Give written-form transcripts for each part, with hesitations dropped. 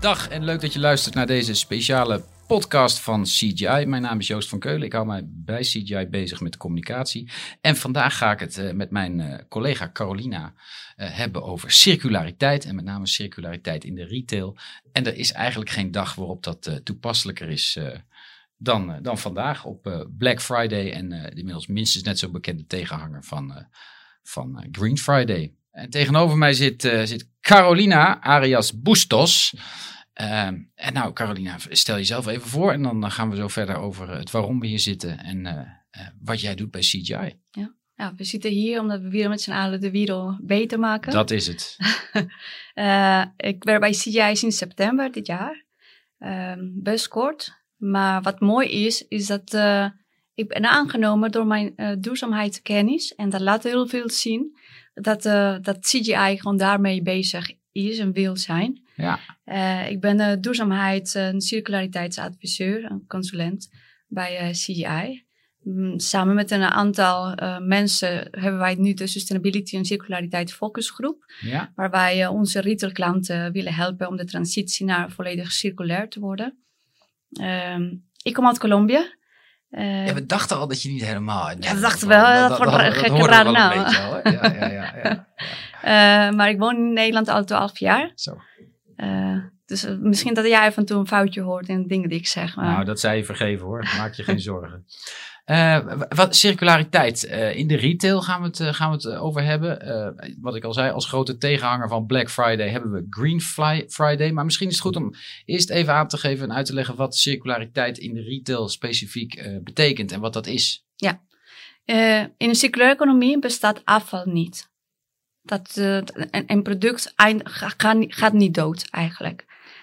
Dag en leuk dat je luistert naar deze speciale podcast van CGI. Mijn naam is Joost van Keulen. Ik hou mij bij CGI bezig met communicatie. En vandaag ga ik het met mijn collega Carolina hebben over circulariteit. En met name circulariteit in de retail. En er is eigenlijk geen dag waarop dat toepasselijker is dan vandaag op Black Friday. En inmiddels minstens net zo bekende tegenhanger van Green Friday. En tegenover mij zit Carolina Arias Bustos. En nou, Carolina, stel jezelf even voor en dan gaan we zo verder over het waarom we hier zitten en wat jij doet bij CGI. Ja, we zitten hier omdat we weer met z'n allen de wereld beter maken. Dat is het. Ik werk bij CGI sinds september dit jaar. Best kort. Maar wat mooi is dat ik ben aangenomen door mijn duurzaamheidskennis. En dat laat heel veel zien dat CGI gewoon daarmee bezig is en wil zijn. Ja. Ik ben duurzaamheids- en circulariteitsadviseur, een consulent bij CGI. Samen met een aantal mensen hebben wij nu de Sustainability en Circulariteit Focusgroep. Ja. Waar wij onze retailklanten willen helpen om de transitie naar volledig circulair te worden. Ik kom uit Colombia. Ja, we dachten al dat je niet helemaal... Ja, we dachten wel, voor de gekke rare naam. Maar ik woon in Nederland al 12 jaar. Zo. Dus misschien dat jij af en toe een foutje hoort in dingen die ik zeg. Maar... Nou, dat zij je vergeven hoor. Maak je geen zorgen. Wat circulariteit in de retail gaan we het over hebben. Wat ik al zei, als grote tegenhanger van Black Friday hebben we Green Friday. Maar misschien is het goed om eerst even aan te geven en uit te leggen wat circulariteit in de retail specifiek betekent en wat dat is. Ja, in een circulaire economie bestaat afval niet. Een product gaat niet dood eigenlijk.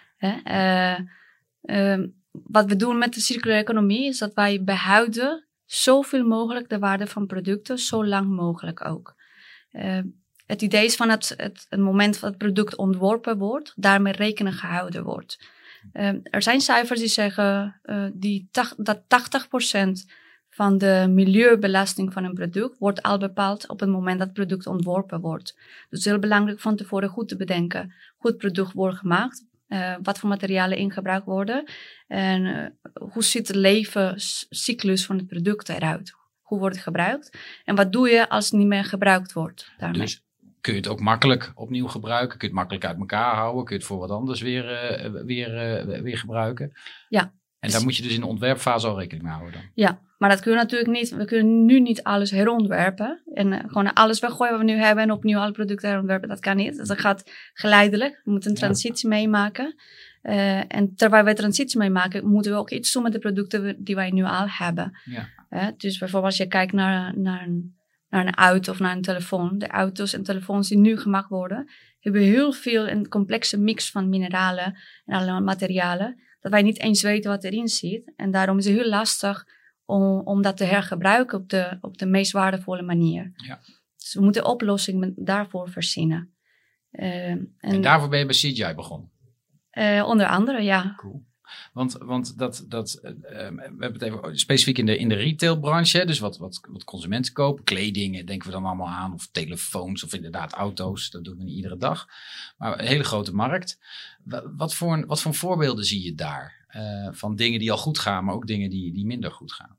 Wat we doen met de circulaire economie is dat wij behouden zoveel mogelijk de waarde van producten, zo lang mogelijk ook. Het idee is van het moment dat het product ontworpen wordt, daarmee rekening gehouden wordt. Er zijn cijfers die zeggen dat 80% van de milieubelasting van een product wordt al bepaald op het moment dat het product ontworpen wordt. Dus het is heel belangrijk van tevoren goed te bedenken hoe het product wordt gemaakt. Wat voor materialen in gebruikt worden. En hoe ziet de levenscyclus van het product eruit? Hoe wordt het gebruikt? En wat doe je als het niet meer gebruikt wordt daarmee? Dus kun je het ook makkelijk opnieuw gebruiken? Kun je het makkelijk uit elkaar houden? Kun je het voor wat anders weer gebruiken? Ja. En daar moet je dus in de ontwerpfase al rekening mee houden dan? Ja, maar dat kun je natuurlijk niet. We kunnen nu niet alles herontwerpen. En gewoon alles weggooien wat we nu hebben en opnieuw alle producten herontwerpen. Dat kan niet. Dus dat gaat geleidelijk. We moeten een transitie meemaken. En terwijl wij transitie meemaken, moeten we ook iets doen met de producten die wij nu al hebben. Ja. Dus bijvoorbeeld als je kijkt naar een auto of naar een telefoon. De auto's en telefoons die nu gemaakt worden, hebben heel veel een complexe mix van mineralen en alle materialen. Dat wij niet eens weten wat erin zit. En daarom is het heel lastig om dat te hergebruiken op de meest waardevolle manier. Ja. Dus we moeten oplossingen daarvoor verzinnen. En daarvoor ben je bij CGI begonnen? Onder andere, ja. Cool. Want we hebben het even specifiek in de retailbranche. Dus wat consumenten kopen. Kleding denken we dan allemaal aan. Of telefoons of inderdaad auto's. Dat doen we niet iedere dag. Maar een hele grote markt. Wat voor voorbeelden zie je daar? Van dingen die al goed gaan, maar ook dingen die minder goed gaan.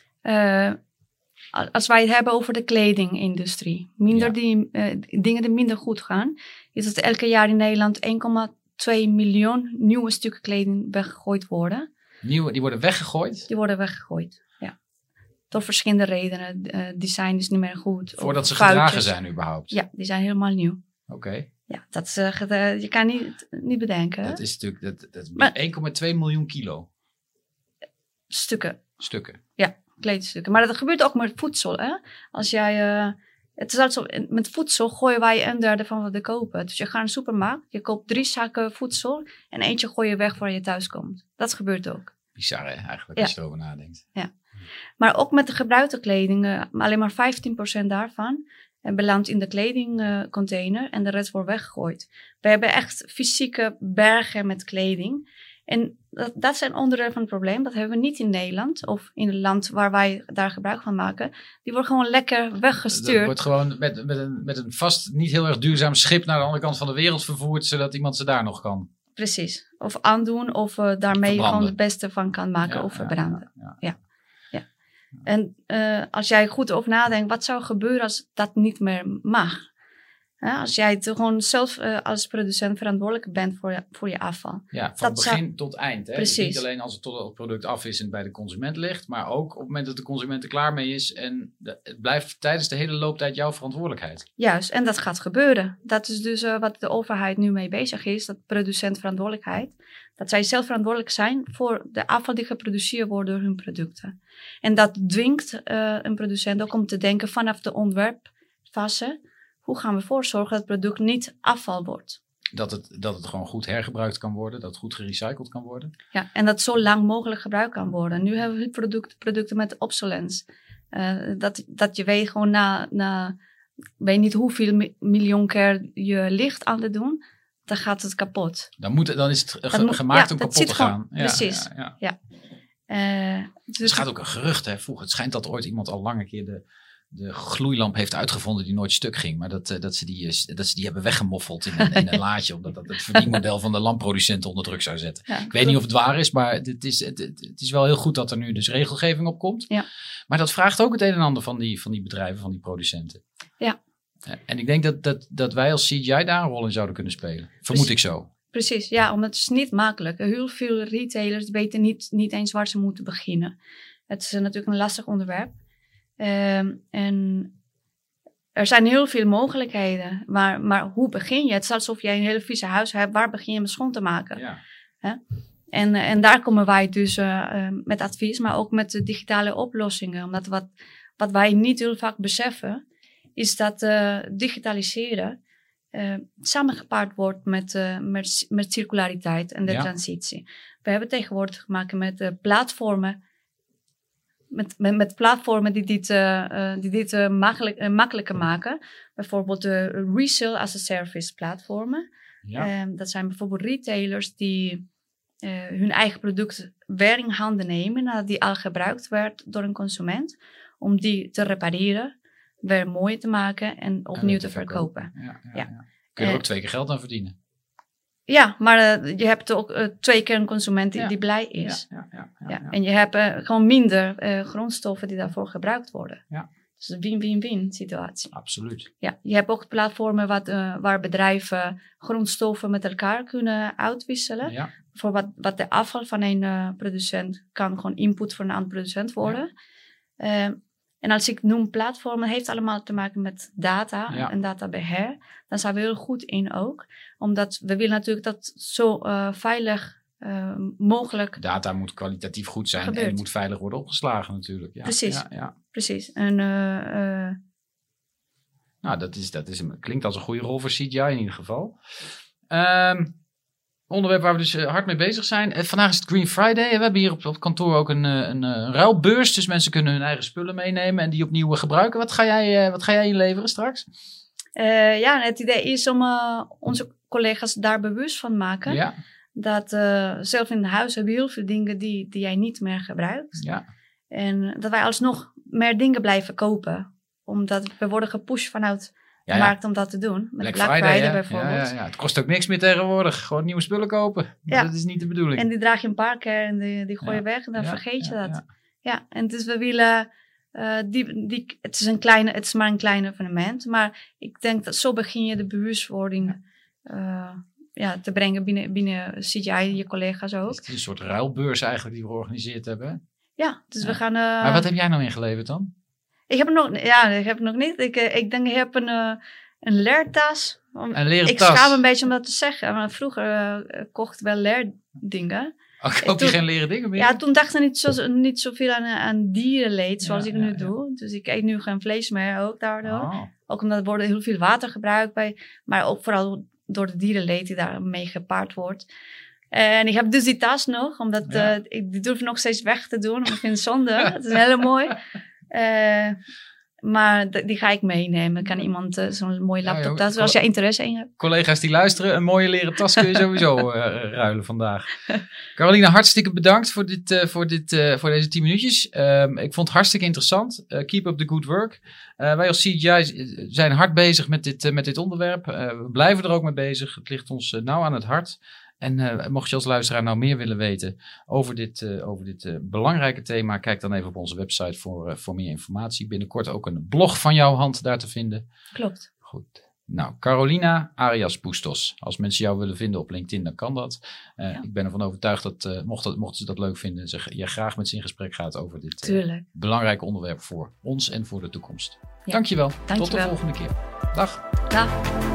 Als wij het hebben over de kledingindustrie. Dingen die minder goed gaan. Is dat elke jaar in Nederland 1,2 miljoen nieuwe stukken kleding weggegooid worden. Die worden weggegooid? Die worden weggegooid, ja. Door verschillende redenen. Design is niet meer goed. Voordat ze gedragen zijn überhaupt? Ja, die zijn helemaal nieuw. Oké. Ja, dat is, je kan niet bedenken. Dat is natuurlijk 1,2 miljoen kilo. Stukken. Ja, kledingstukken. Maar dat gebeurt ook met voedsel. Hè? Als jij... het is altijd zo, met voedsel gooien wij 1/3 van wat we kopen. Dus je gaat naar de supermarkt, je koopt 3 zakken voedsel en eentje gooi je weg voor je thuis komt. Dat gebeurt ook. Bizar hè, eigenlijk, als je erover nadenkt. Ja. Maar ook met de gebruikte kleding, alleen maar 15% daarvan belandt in de kledingcontainer en de rest wordt weggegooid. We hebben echt fysieke bergen met kleding. En dat zijn onderdelen van het probleem. Dat hebben we niet in Nederland of in een land waar wij daar gebruik van maken. Die wordt gewoon lekker weggestuurd. Dat wordt gewoon met een vast niet heel erg duurzaam schip naar de andere kant van de wereld vervoerd, zodat iemand ze daar nog kan Precies. Of aandoen of daarmee gewoon het beste van kan maken of verbranden. Ja. En als jij goed over nadenkt, wat zou gebeuren als dat niet meer mag? Als jij het gewoon zelf als producent verantwoordelijk bent voor je afval. Ja, van begin tot eind. Hè? Precies. Dus niet alleen als het tot het product af is en bij de consument ligt, maar ook op het moment dat de consument er klaar mee is. En het blijft tijdens de hele looptijd jouw verantwoordelijkheid. Juist, en dat gaat gebeuren. Dat is dus wat de overheid nu mee bezig is, dat producentverantwoordelijkheid. Dat zij zelf verantwoordelijk zijn voor de afval die geproduceerd wordt door hun producten. En dat dwingt een producent ook om te denken vanaf de ontwerpfase. Hoe gaan we ervoor zorgen dat het product niet afval wordt? Dat het gewoon goed hergebruikt kan worden, dat het goed gerecycled kan worden. Ja, en dat zo lang mogelijk gebruikt kan worden. Nu hebben we producten met obsolescence. Dat je weet gewoon na weet niet hoeveel miljoen keer je licht aan te doen, dan gaat het kapot. Dan is het gemaakt om kapot te gaan. Ja, precies. Ja. Dus het gaat ook een gerucht, hè. Vroeger, het schijnt dat ooit iemand al lang een keer de gloeilamp heeft uitgevonden die nooit stuk ging. Maar dat ze die hebben weggemoffeld in een laadje. Omdat dat het verdienmodel van de lampproducenten onder druk zou zetten. Ja, ik weet niet of het waar is, maar het is wel heel goed dat er nu dus regelgeving op komt. Ja. Maar dat vraagt ook het een en ander van die bedrijven, van die producenten. Ja. En ik denk dat wij als CGI daar een rol in zouden kunnen spelen. Vermoed ik zo. Precies, ja, omdat het is niet makkelijk. Heel veel retailers weten niet eens waar ze moeten beginnen. Het is natuurlijk een lastig onderwerp. En er zijn heel veel mogelijkheden. Maar hoe begin je? Het is alsof jij een hele vieze huis hebt. Waar begin je met schoon te maken? Ja. En daar komen wij dus met advies, maar ook met de digitale oplossingen. Omdat wat wij niet heel vaak beseffen, is dat digitaliseren samengepaard wordt met circulariteit en de transitie. We hebben tegenwoordig te maken met platformen. Met platformen die dit makkelijker maken. Bijvoorbeeld de resale as a service platformen. Ja. Dat zijn bijvoorbeeld retailers die hun eigen product weer in handen nemen nadat die al gebruikt werd door een consument. Om die te repareren, weer mooi te maken en opnieuw te verkopen. Ja. Kun je er ook 2 keer geld aan verdienen. Ja, maar je hebt ook 2 keer een consument die blij is. Ja. En je hebt gewoon minder grondstoffen die daarvoor gebruikt worden. Ja. Dus een win-win-win situatie. Absoluut. Ja, je hebt ook platformen waar bedrijven grondstoffen met elkaar kunnen uitwisselen. Ja. Voor wat de afval van een producent kan gewoon input voor een andere producent worden. Ja. En als ik noem platformen, heeft allemaal te maken met data en databeheer. Daar zijn we heel goed in ook. Omdat we willen natuurlijk dat zo veilig mogelijk data moet kwalitatief goed zijn gebeurt. En moet veilig worden opgeslagen natuurlijk. Ja. Precies, precies. En, nou, dat klinkt als een goede rol voor CGI in ieder geval. Onderwerp waar we dus hard mee bezig zijn. Vandaag is het Green Friday. We hebben hier op kantoor ook een ruilbeurs. Dus mensen kunnen hun eigen spullen meenemen en die opnieuw gebruiken. Wat ga jij inleveren straks? Het idee is om onze collega's daar bewust van maken. Ja. Dat zelf in huis hebben heel veel dingen die jij niet meer gebruikt. Ja. En dat wij alsnog meer dingen blijven kopen. Omdat we worden gepusht vanuit de markt om dat te doen. Met Black Friday bijvoorbeeld. Ja. Het kost ook niks meer tegenwoordig. Gewoon nieuwe spullen kopen. Maar dat is niet de bedoeling. En die draag je een paar keer en die gooi je weg en dan vergeet je dat. Ja, en dus we willen... het is maar een klein evenement. Maar ik denk dat zo begin je de bewustwording te brengen binnen CGI, je collega's ook. Het is een soort ruilbeurs eigenlijk die we georganiseerd hebben. Ja, dus we gaan... maar wat heb jij nou ingeleverd dan? Ik heb het nog niet. Ik denk, ik heb een leertas. Een leren tas? Ik schaam me een beetje om dat te zeggen. Maar vroeger kocht ik wel leerdingen. Koop je geen leren dingen meer? Ja, toen dacht ik niet zoveel aan dierenleed zoals ik nu doe. Dus ik eet nu geen vlees meer ook daardoor. Oh. Ook omdat er wordt heel veel water gebruikt bij. Maar ook vooral door de dierenleed die daarmee gepaard wordt. En ik heb dus die tas nog. Omdat ik durf nog steeds weg te doen. Ik vind het zonde. Het is heel mooi. Maar die ga ik meenemen. Kan iemand zo'n mooie laptop tas, als je interesse in hebt. Collega's die luisteren, een mooie leren tas kun je sowieso ruilen vandaag. Carolina, hartstikke bedankt voor deze 10 minuutjes. Ik vond het hartstikke interessant. Keep up the good work. Wij als CGI zijn hard bezig met dit onderwerp. We blijven er ook mee bezig. Het ligt ons nauw aan het hart. En mocht je als luisteraar nou meer willen weten over dit belangrijke thema, kijk dan even op onze website voor meer informatie. Binnenkort ook een blog van jouw hand daar te vinden. Klopt. Goed. Nou, Carolina Arias Bustos. Als mensen jou willen vinden op LinkedIn, dan kan dat. Ik ben ervan overtuigd dat, mochten ze dat leuk vinden, je graag met ze in gesprek gaat over dit belangrijke onderwerp voor ons en voor de toekomst. Ja. Dankjewel. Tot de volgende keer. Dag. Dag.